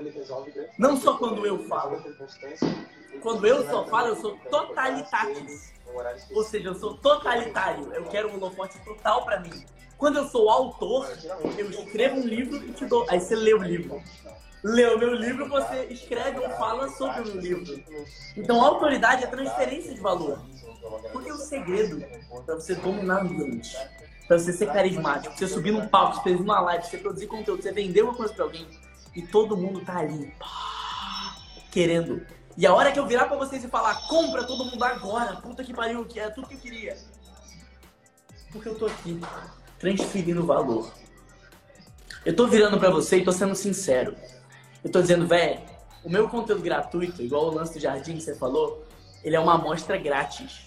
Não só quando eu falo. Quando eu só falo, eu sou totalitatis. Ou seja, eu sou totalitário. Eu quero um holofote total pra mim. Quando eu sou autor, eu escrevo um livro e te dou. Aí você lê o livro. Lê o meu livro, você escreve ou fala sobre o meu livro. Então, a autoridade é transferência de valor. Porque o segredo para você dominar o ambiente, para você ser carismático, você subir num palco, você fazer uma live, você produzir conteúdo, você vender uma coisa para alguém e todo mundo tá ali, pá, querendo. E a hora que eu virar pra vocês e falar, compra todo mundo agora, puta que pariu, que é tudo que eu queria. Porque eu tô aqui, transferindo valor. Eu tô virando pra você e tô sendo sincero. Eu tô dizendo, velho, o meu conteúdo gratuito, igual o lance do jardim que você falou, ele é uma amostra grátis.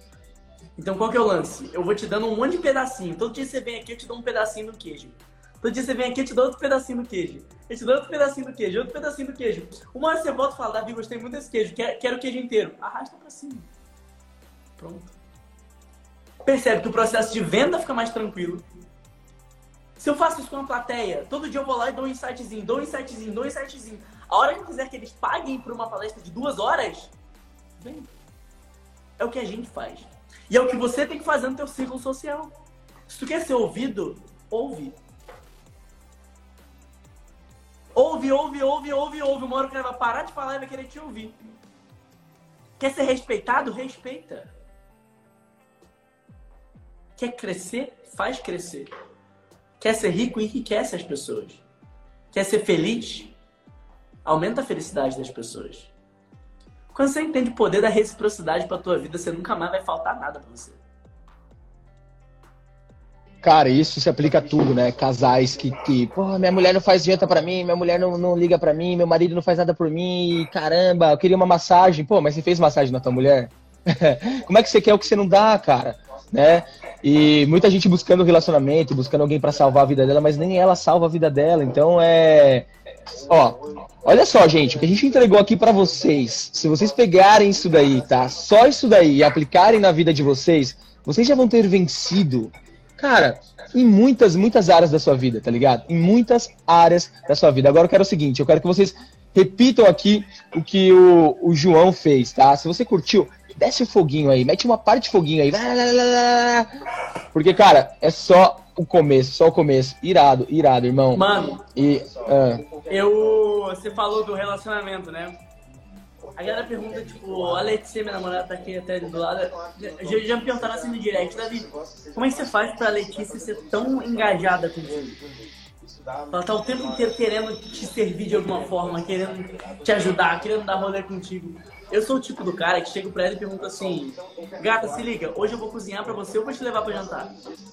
Então qual que é o lance? Eu vou te dando um monte de pedacinho. Todo dia você vem aqui, eu te dou um pedacinho do queijo. Todo dia você vem aqui, eu te dou outro pedacinho do queijo. Eu te dou outro pedacinho do queijo, outro pedacinho do queijo. Uma hora você volta e fala, Davi, gostei muito desse queijo, quero, quero o queijo inteiro. Arrasta pra cima. Pronto. Percebe que o processo de venda fica mais tranquilo. Se eu faço isso com uma plateia, todo dia eu vou lá e dou um insightzinho, dou um insightzinho, dou um insightzinho. A hora que eu quiser que eles paguem por uma palestra de duas horas, vem. É o que a gente faz. E é o que você tem que fazer no teu círculo social. Se tu quer ser ouvido, ouve. Ouve, ouve, ouve, ouve, ouve. Uma hora o cara vai parar de falar e vai querer te ouvir. Quer ser respeitado? Respeita. Quer crescer? Faz crescer. Quer ser rico? Enriquece as pessoas. Quer ser feliz? Aumenta a felicidade das pessoas. Quando você entende o poder da reciprocidade pra tua vida, você nunca mais vai faltar nada pra você. Cara, isso se aplica a tudo, né? Casais que, que pô, minha mulher não faz janta pra mim, minha mulher não, não liga pra mim, meu marido não faz nada por mim, caramba, eu queria uma massagem. Pô, mas você fez massagem na tua mulher? Como é que você quer o que você não dá, cara? Né? E muita gente buscando relacionamento, buscando alguém pra salvar a vida dela, mas nem ela salva a vida dela. Então é... Ó, olha só, gente, o que a gente entregou aqui pra vocês, se vocês pegarem isso daí, tá? Só isso daí e aplicarem na vida de vocês, vocês já vão ter vencido, cara, em muitas, muitas áreas da sua vida, tá ligado? Em muitas áreas da sua vida. Agora eu quero o seguinte, eu quero que vocês repitam aqui o que o, o João fez, tá? Se você curtiu, desce o foguinho aí, mete uma parte de foguinho aí. Porque, cara, é só o começo, só o começo. Irado, irado, irmão. Mano, e, ah. eu... Você falou do relacionamento, né? A galera pergunta, tipo, a Letícia, minha namorada, tá aqui até do lado. Já, já me perguntaram assim no direct, Davi, como é que você faz pra Letícia ser tão engajada contigo? Ela tá o tempo inteiro querendo te servir de alguma forma, querendo te ajudar, querendo dar rolê contigo. Eu sou o tipo do cara que chega pra ela e pergunta assim, gata, se liga, hoje eu vou cozinhar pra você, eu vou te levar pra jantar.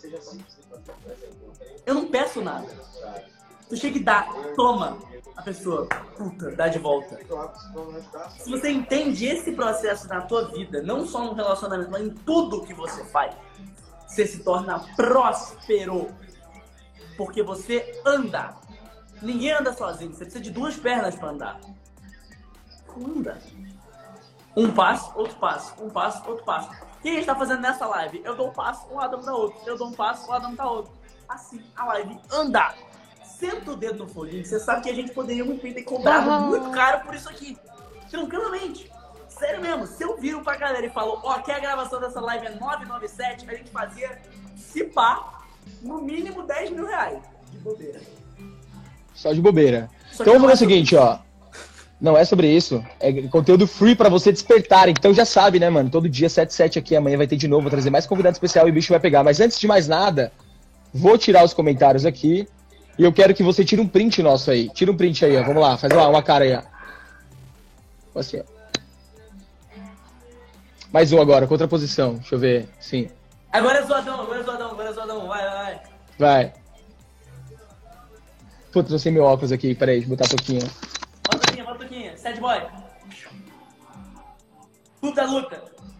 Eu não peço nada. Tu chega e dá, toma. A pessoa, puta, dá de volta. Se você entende esse processo na tua vida, não só no relacionamento, mas em tudo que você faz, você se torna próspero. Porque você anda. Ninguém anda sozinho. Você precisa de duas pernas para andar. Anda. Um passo, outro passo. Um passo, outro passo. O que a gente tá fazendo nessa live? Eu dou um passo, o Adam dá outro. Eu dou um passo, o Adam dá outro. Assim, a live anda. Senta o dedo no foguinho. Você sabe que a gente poderia muito bem ter cobrado ah. muito caro por isso aqui. Tranquilamente. Sério mesmo. Se eu viro pra galera e falo, ó, aqui a gravação dessa live é nove nove sete, a gente fazia, se pá, no mínimo dez mil reais de bobeira. Só de bobeira. Só então vamos fazer o seguinte, ó. Não é sobre isso. É conteúdo free pra você despertar. Então já sabe, né, mano? Todo dia, sete, sete aqui. Amanhã vai ter de novo. Vou trazer mais convidado especial e o bicho vai pegar. Mas antes de mais nada, vou tirar os comentários aqui. E eu quero que você tire um print nosso aí. Tira um print aí, ó. Vamos lá. Faz uma, uma cara aí, ó. Assim, ó. Mais um agora. Contraposição. Deixa eu ver. Sim. Agora é zoadão. Agora é zoadão. Agora é zoadão. Vai, vai, vai. Vai. Putz, não sei meu óculos aqui. Peraí, deixa eu botar um pouquinho. Bota toquinha, bota toquinha. Sad boy. Puta luta.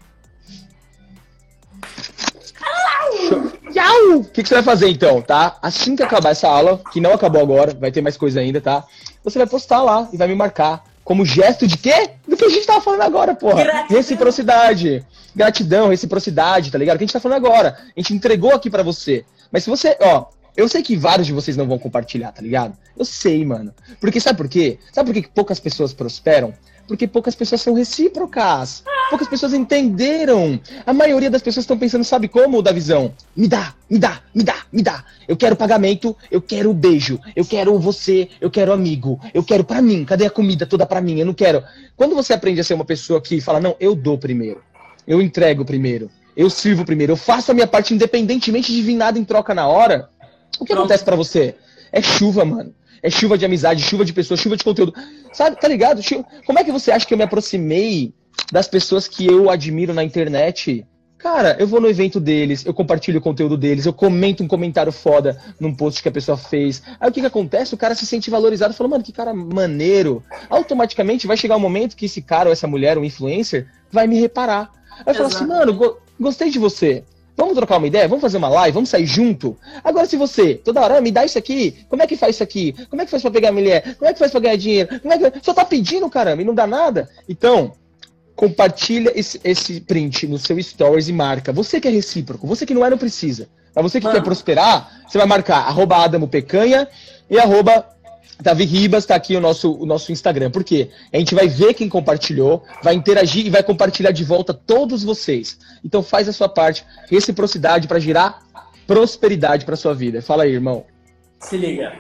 Tchau! O que, que você vai fazer então, tá? Assim que acabar essa aula, que não acabou agora, vai ter mais coisa ainda, tá? Você vai postar lá e vai me marcar. Como gesto de quê? Do que a gente tava falando agora, porra. Gratidão. Reciprocidade. Gratidão, reciprocidade, tá ligado? O que a gente tá falando agora. A gente entregou aqui pra você. Mas se você, ó, eu sei que vários de vocês não vão compartilhar, tá ligado? Eu sei, mano. Porque sabe por quê? Sabe por que poucas pessoas prosperam? Porque poucas pessoas são recíprocas. Poucas pessoas entenderam. A maioria das pessoas estão pensando, sabe como, Davizão? Me dá, me dá, me dá, me dá. Eu quero pagamento, eu quero beijo, eu quero você, eu quero amigo, eu quero pra mim. Cadê a comida toda pra mim? Eu não quero. Quando você aprende a ser uma pessoa que fala, não, eu dou primeiro, eu entrego primeiro, eu sirvo primeiro, eu faço a minha parte independentemente de vir nada em troca na hora, o que Pronto. acontece pra você? É chuva, mano. É chuva de amizade, chuva de pessoas, chuva de conteúdo. Sabe, tá ligado? Como é que você acha que eu me aproximei das pessoas que eu admiro na internet? Cara, eu vou no evento deles, eu compartilho o conteúdo deles, eu comento um comentário foda num post que a pessoa fez. Aí o que que acontece? O cara se sente valorizado, fala, mano, que cara maneiro. Automaticamente vai chegar um momento que esse cara ou essa mulher, um influencer, vai me reparar. Aí fala assim, mano, go gostei de você. Vamos trocar uma ideia? Vamos fazer uma live? Vamos sair junto? Agora, se você, toda hora, ah, me dá isso aqui, como é que faz isso aqui? Como é que faz pra pegar mulher? Como é que faz pra ganhar dinheiro? Como é que... Só tá pedindo, caramba, e não dá nada? Então, compartilha esse, esse print no seu stories e marca. Você que é recíproco, você que não é, não precisa. Mas você que Mano. quer prosperar, você vai marcar arroba Adamo Pecanha e arroba Davi Ribas, tá aqui o nosso, o nosso Instagram. Por quê? A gente vai ver quem compartilhou, vai interagir e vai compartilhar de volta todos vocês. Então faz a sua parte, reciprocidade para girar prosperidade para sua vida. Fala aí, irmão. Se liga.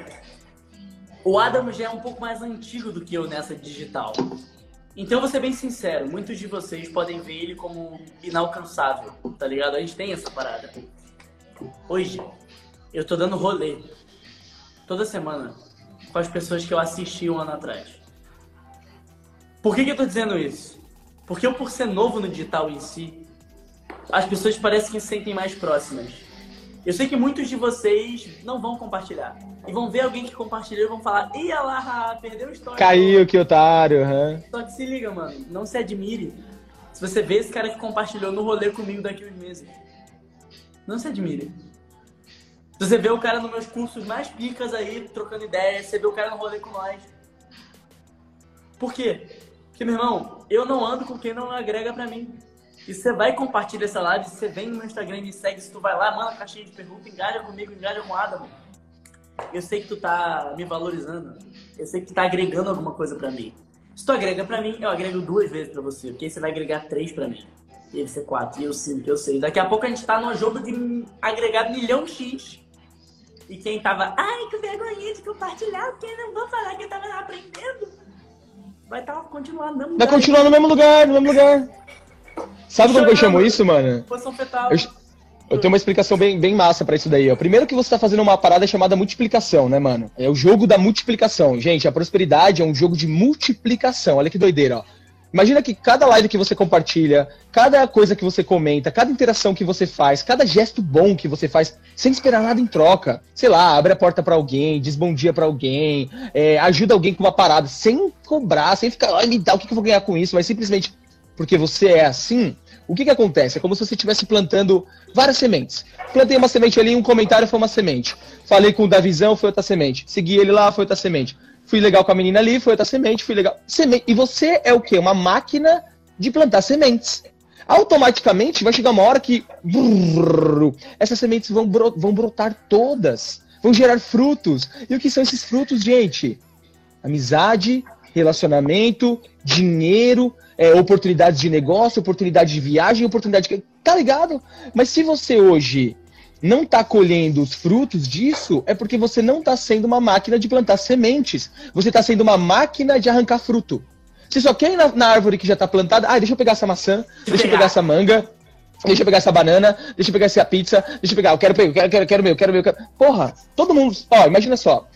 O Adam já é um pouco mais antigo do que eu nessa digital. Então, vou ser bem sincero, muitos de vocês podem ver ele como inalcançável, tá ligado? A gente tem essa parada. Hoje, eu tô dando rolê toda semana com as pessoas que eu assisti um ano atrás. Por que que eu tô dizendo isso? Porque eu, por ser novo no digital em si, as pessoas parecem que se sentem mais próximas. Eu sei que muitos de vocês não vão compartilhar. E vão ver alguém que compartilhou e vão falar, ih, lá, perdeu o histórico. Caiu, que otário. Uhum. Só que se liga, mano, não se admire se você vê esse cara que compartilhou no rolê comigo daqui a uns meses. Não se admire. Se você vê o cara nos meus cursos mais picas aí, trocando ideias, você vê o cara no rolê com nós, Por quê? Porque, meu irmão, eu não ando com quem não agrega pra mim. E você vai compartilhar essa live, você vem no meu Instagram e me segue, se tu vai lá, manda caixinha de pergunta, engaja comigo, engaja com o Adam. Eu sei que tu tá me valorizando. Eu sei que tu tá agregando alguma coisa pra mim. Se tu agrega pra mim, eu agrego duas vezes pra você. Porque aí você vai agregar três pra mim. E aí você quatro, e eu cinco, eu seis. Daqui a pouco a gente tá num jogo de agregar milhão X. E quem tava, ai, que vergonha de compartilhar, porque eu não vou falar que eu tava aprendendo. Vai tá, continuar no mesmo lugar. Vai continuar no mesmo lugar, no mesmo lugar. Sabe como que eu chamo isso, mano? Posição fetal. Eu, eu tenho uma explicação bem, bem massa pra isso daí, ó. Primeiro que você tá fazendo uma parada chamada multiplicação, né, mano? É o jogo da multiplicação. Gente, a prosperidade é um jogo de multiplicação. Olha que doideira, ó. Imagina que cada live que você compartilha, cada coisa que você comenta, cada interação que você faz, cada gesto bom que você faz, sem esperar nada em troca. Sei lá, abre a porta pra alguém, diz bom dia pra alguém, é, ajuda alguém com uma parada, sem cobrar, sem ficar, ai, me dá, o que, que eu vou ganhar com isso? Mas simplesmente porque você é assim, o que que acontece? É como se você estivesse plantando várias sementes. Plantei uma semente ali, um comentário foi uma semente. Falei com o Davizão, foi outra semente. Segui ele lá, foi outra semente. Fui legal com a menina ali, foi outra semente, fui legal. Semente. E você é o quê? Uma máquina de plantar sementes. Automaticamente vai chegar uma hora que brrr, essas sementes vão, bro vão brotar todas. Vão gerar frutos. E o que são esses frutos, gente? Amizade, relacionamento, dinheiro, é, oportunidades de negócio, oportunidade de viagem, oportunidade de... Tá ligado? Mas se você hoje não está colhendo os frutos disso, é porque você não está sendo uma máquina de plantar sementes. Você está sendo uma máquina de arrancar fruto. Você só quer ir na, na árvore que já está plantada. Ah, deixa eu pegar essa maçã, deixa eu pegar essa manga, deixa eu pegar essa banana, deixa eu pegar essa pizza, deixa eu pegar, eu quero pegar, eu quero, quero, quero meu, quero meu, quero... Porra, todo mundo... Ó, imagina só.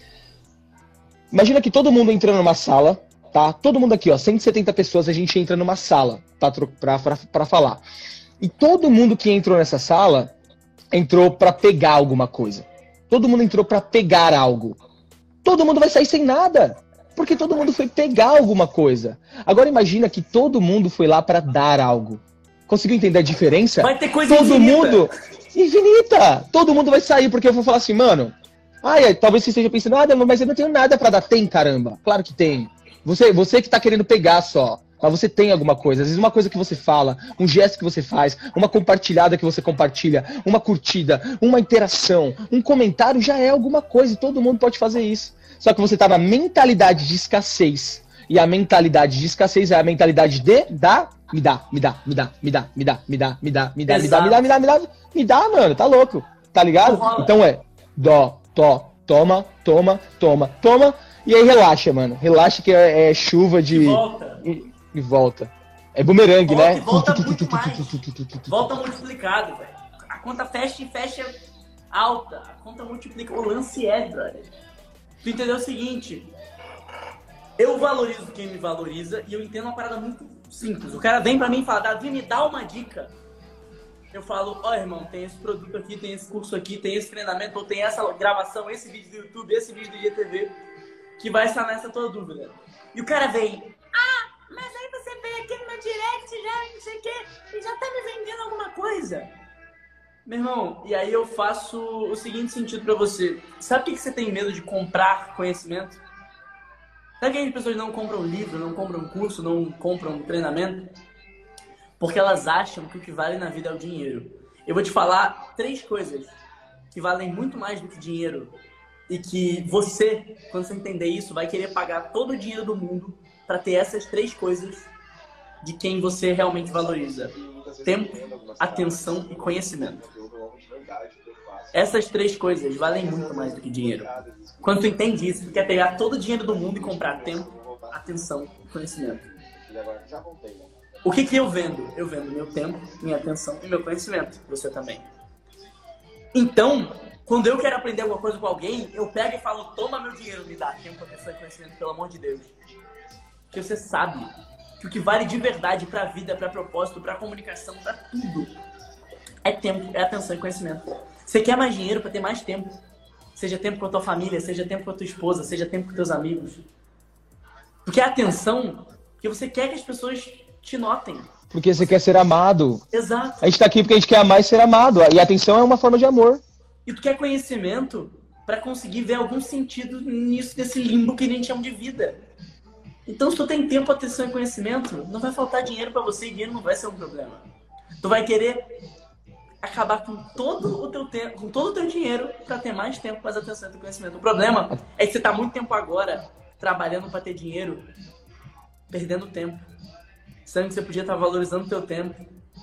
Imagina que todo mundo entra numa sala, tá? Todo mundo aqui, ó, cento e setenta pessoas, a gente entra numa sala pra, pra, pra, pra falar. E todo mundo que entrou nessa sala entrou pra pegar alguma coisa. Todo mundo entrou pra pegar algo. Todo mundo vai sair sem nada, porque todo mundo foi pegar alguma coisa. Agora imagina que todo mundo foi lá pra dar algo. Conseguiu entender a diferença? Vai ter coisa todo infinita. mundo infinita. Todo mundo vai sair porque eu vou falar assim, mano. Ai, talvez você esteja pensando, ah, mas eu não tenho nada pra dar. Tem, caramba. Claro que tem. Você, você que tá querendo pegar só. Mas você tem alguma coisa. Às vezes uma coisa que você fala, um gesto que você faz, uma compartilhada que você compartilha, uma curtida, uma interação, um comentário já é alguma coisa. E todo mundo pode fazer isso. Só que você tá na mentalidade de escassez. E a mentalidade de escassez é a mentalidade de dar, me dá, me dá, me dá, me dá, me dá, me dá, me dá, me dá, me dá, me dá, me dá, me dá, me dá, mano. Tá louco. Tá ligado? Então é dó, tó, toma, toma, toma, toma. E aí relaxa, mano. Relaxa que é, é chuva de... E volta. E, e volta. É bumerangue, Volta né? e volta muito mais. Volta multiplicado, velho. A conta fecha e fecha alta. A conta multiplica. O lance é, brother. Tu entendeu o seguinte? Eu valorizo quem me valoriza e eu entendo uma parada muito simples. O cara vem pra mim e fala, Davi, me dá uma dica. Eu falo, ó, oh, irmão, tem esse produto aqui, tem esse curso aqui, tem esse treinamento, ou tem essa gravação, esse vídeo do YouTube, esse vídeo do I G T V, que vai sanar essa tua dúvida. E o cara vem, ah, mas aí você veio aqui no meu direct já, não sei o quê, e já tá me vendendo alguma coisa. Meu irmão, e aí eu faço o seguinte sentido pra você. Sabe por que você tem medo de comprar conhecimento? Sabe que as pessoas não compram livro, não compram curso, não compram treinamento? Porque elas acham que o que vale na vida é o dinheiro. Eu vou te falar três coisas que valem muito mais do que dinheiro. E que você, quando você entender isso, vai querer pagar todo o dinheiro do mundo para ter essas três coisas de quem você realmente valoriza. Tempo, atenção e conhecimento. Essas três coisas valem muito mais do que dinheiro. Quando tu entende isso, tu quer pegar todo o dinheiro do mundo e comprar tempo, atenção e conhecimento. O que que eu vendo? Eu vendo meu tempo, minha atenção e meu conhecimento. Você também. Então, quando eu quero aprender alguma coisa com alguém, eu pego e falo, toma meu dinheiro, me dá tempo, atenção e conhecimento, pelo amor de Deus. Porque você sabe que o que vale de verdade pra vida, pra propósito, pra comunicação, pra tudo, é tempo, é atenção e conhecimento. Você quer mais dinheiro pra ter mais tempo. Seja tempo com a tua família, seja tempo com a tua esposa, seja tempo com teus amigos. Porque é atenção que você quer que as pessoas te notem. Porque você quer ser amado. Exato. A gente tá aqui porque a gente quer amar e ser amado. E a atenção é uma forma de amor. E tu quer conhecimento pra conseguir ver algum sentido nisso, nesse limbo que a gente chama de vida. Então, se tu tem tempo, atenção e conhecimento, não vai faltar dinheiro pra você e dinheiro não vai ser um problema. Tu vai querer acabar com todo o teu tempo, com todo o teu dinheiro pra ter mais tempo, mais atenção e conhecimento. O problema é que você tá muito tempo agora trabalhando pra ter dinheiro, perdendo tempo. Sendo que você podia estar valorizando o teu tempo,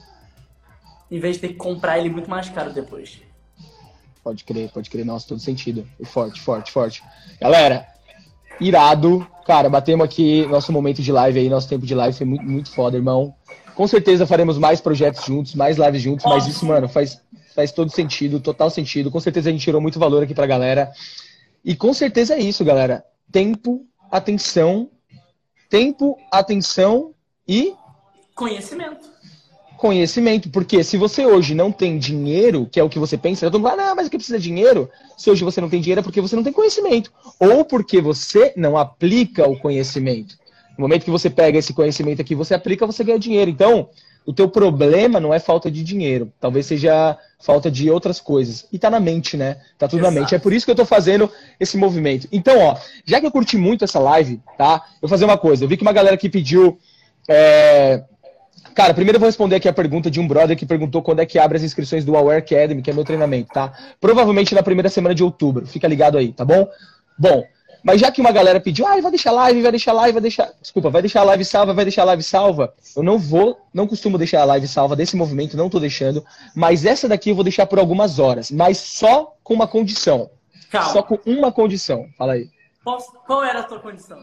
em vez de ter que comprar ele muito mais caro depois. Pode crer, pode crer. Nossa, todo sentido. Forte, forte, forte. Galera, irado. Cara, batemos aqui nosso momento de live aí, nosso tempo de live foi muito, muito foda, irmão. Com certeza faremos mais projetos juntos, mais lives juntos, mas isso, mano, faz, faz todo sentido, total sentido. Com certeza a gente tirou muito valor aqui pra galera. E com certeza é isso, galera. Tempo, atenção, tempo, atenção e... conhecimento. Conhecimento, porque se você hoje não tem dinheiro, que é o que você pensa, todo mundo fala, ah, mas o que precisa de dinheiro? Se hoje você não tem dinheiro é porque você não tem conhecimento, ou porque você não aplica o conhecimento. No momento que você pega esse conhecimento aqui, você aplica, você ganha dinheiro. Então, o teu problema não é falta de dinheiro, talvez seja falta de outras coisas. E tá na mente, né? Tá tudo Exato. Na mente. É por isso que eu tô fazendo esse movimento. Então, ó, já que eu curti muito essa live, tá? Eu vou fazer uma coisa. Eu vi que uma galera aqui pediu... É... Cara, primeiro eu vou responder aqui a pergunta de um brother que perguntou quando é que abre as inscrições do Aware Academy, que é meu treinamento, tá? Provavelmente na primeira semana de outubro. Fica ligado aí, tá bom? Bom, mas já que uma galera pediu, ah, vai deixar live, vai deixar live, vai deixar... Desculpa, vai deixar a live salva, vai deixar a live salva. Eu não vou, não costumo deixar a live salva desse movimento, não tô deixando. Mas essa daqui eu vou deixar por algumas horas, mas só com uma condição. Calma. Só com uma condição. Fala aí. Posso... Qual era a tua condição?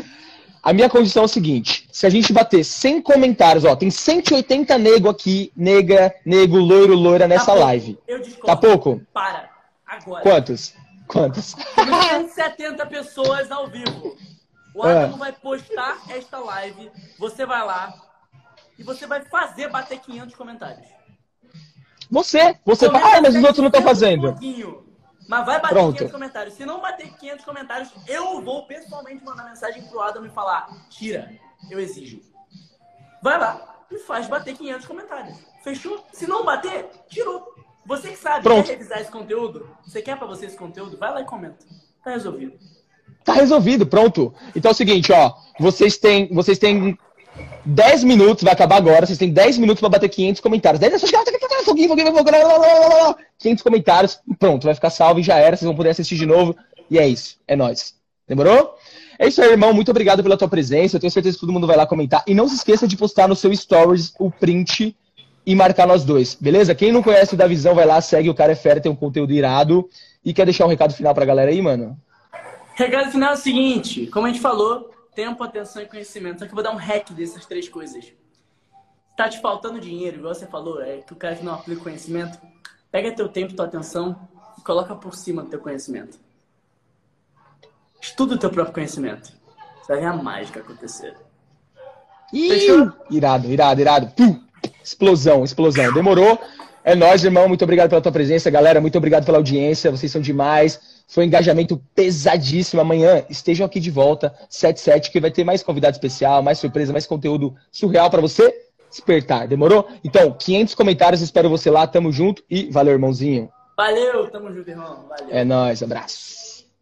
A minha condição é o seguinte, se a gente bater cem comentários, ó, tem cento e oitenta nego aqui, nega, nego, loiro, loira nessa tá live. Eu discordo. Tá pouco? Para, agora. Quantos? Quantos? Temos cento e setenta pessoas ao vivo. O Adamo é. vai postar esta live, você vai lá e você vai fazer bater quinhentos comentários. Você, você Comenta fala, ah, mas os outros não estão fazendo. Um pouquinho. Mas vai bater Pronto. quinhentos comentários. Se não bater quinhentos comentários, eu vou pessoalmente mandar mensagem pro Adam e falar, tira, eu exijo. Vai lá e faz bater quinhentos comentários. Fechou? Se não bater, tirou. Você que sabe, Pronto. Quer revisar esse conteúdo? Você quer pra você esse conteúdo? Vai lá e comenta. Tá resolvido. Tá resolvido, pronto. Então é o seguinte, ó, vocês têm, vocês têm dez minutos, vai acabar agora, vocês têm dez minutos pra bater quinhentos comentários. dez foguinho, foguinho, foguinho, quinhentos comentários e pronto, vai ficar salvo e já era, vocês vão poder assistir de novo. E é isso, é nóis. Demorou? É isso aí, irmão, muito obrigado pela tua presença, eu tenho certeza que todo mundo vai lá comentar. E não se esqueça de postar no seu stories o print e marcar nós dois, beleza? Quem não conhece o Davizão, vai lá, segue, o cara é fera, tem um conteúdo irado. E quer deixar um recado final pra galera aí, mano? Recado final é o seguinte, como a gente falou, tempo, atenção e conhecimento. Só que eu vou dar um hack dessas três coisas. Tá te faltando dinheiro, igual você falou, é que o cara que não aplica conhecimento, pega teu tempo, tua atenção e coloca por cima do teu conhecimento. Estuda o teu próprio conhecimento. Você vai ver a mágica acontecer. Fechou? Irado, irado, irado. Pum. Explosão, explosão. Demorou? É nóis, irmão. Muito obrigado pela tua presença. Galera, muito obrigado pela audiência. Vocês são demais. Foi um engajamento pesadíssimo. Amanhã estejam aqui de volta, sete sete, que vai ter mais convidado especial, mais surpresa, mais conteúdo surreal pra você despertar. Demorou? Então, quinhentos comentários. Espero você lá. Tamo junto e valeu, irmãozinho. Valeu, tamo junto, irmão. Valeu. É nóis, abraço.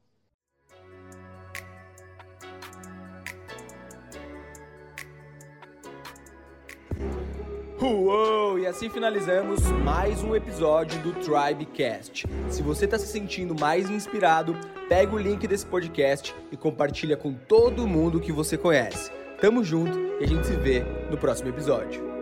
Uou! E assim finalizamos mais um episódio do Tribecast. Se você está se sentindo mais inspirado, pega o link desse podcast e compartilha com todo mundo que você conhece. Tamo junto e a gente se vê no próximo episódio.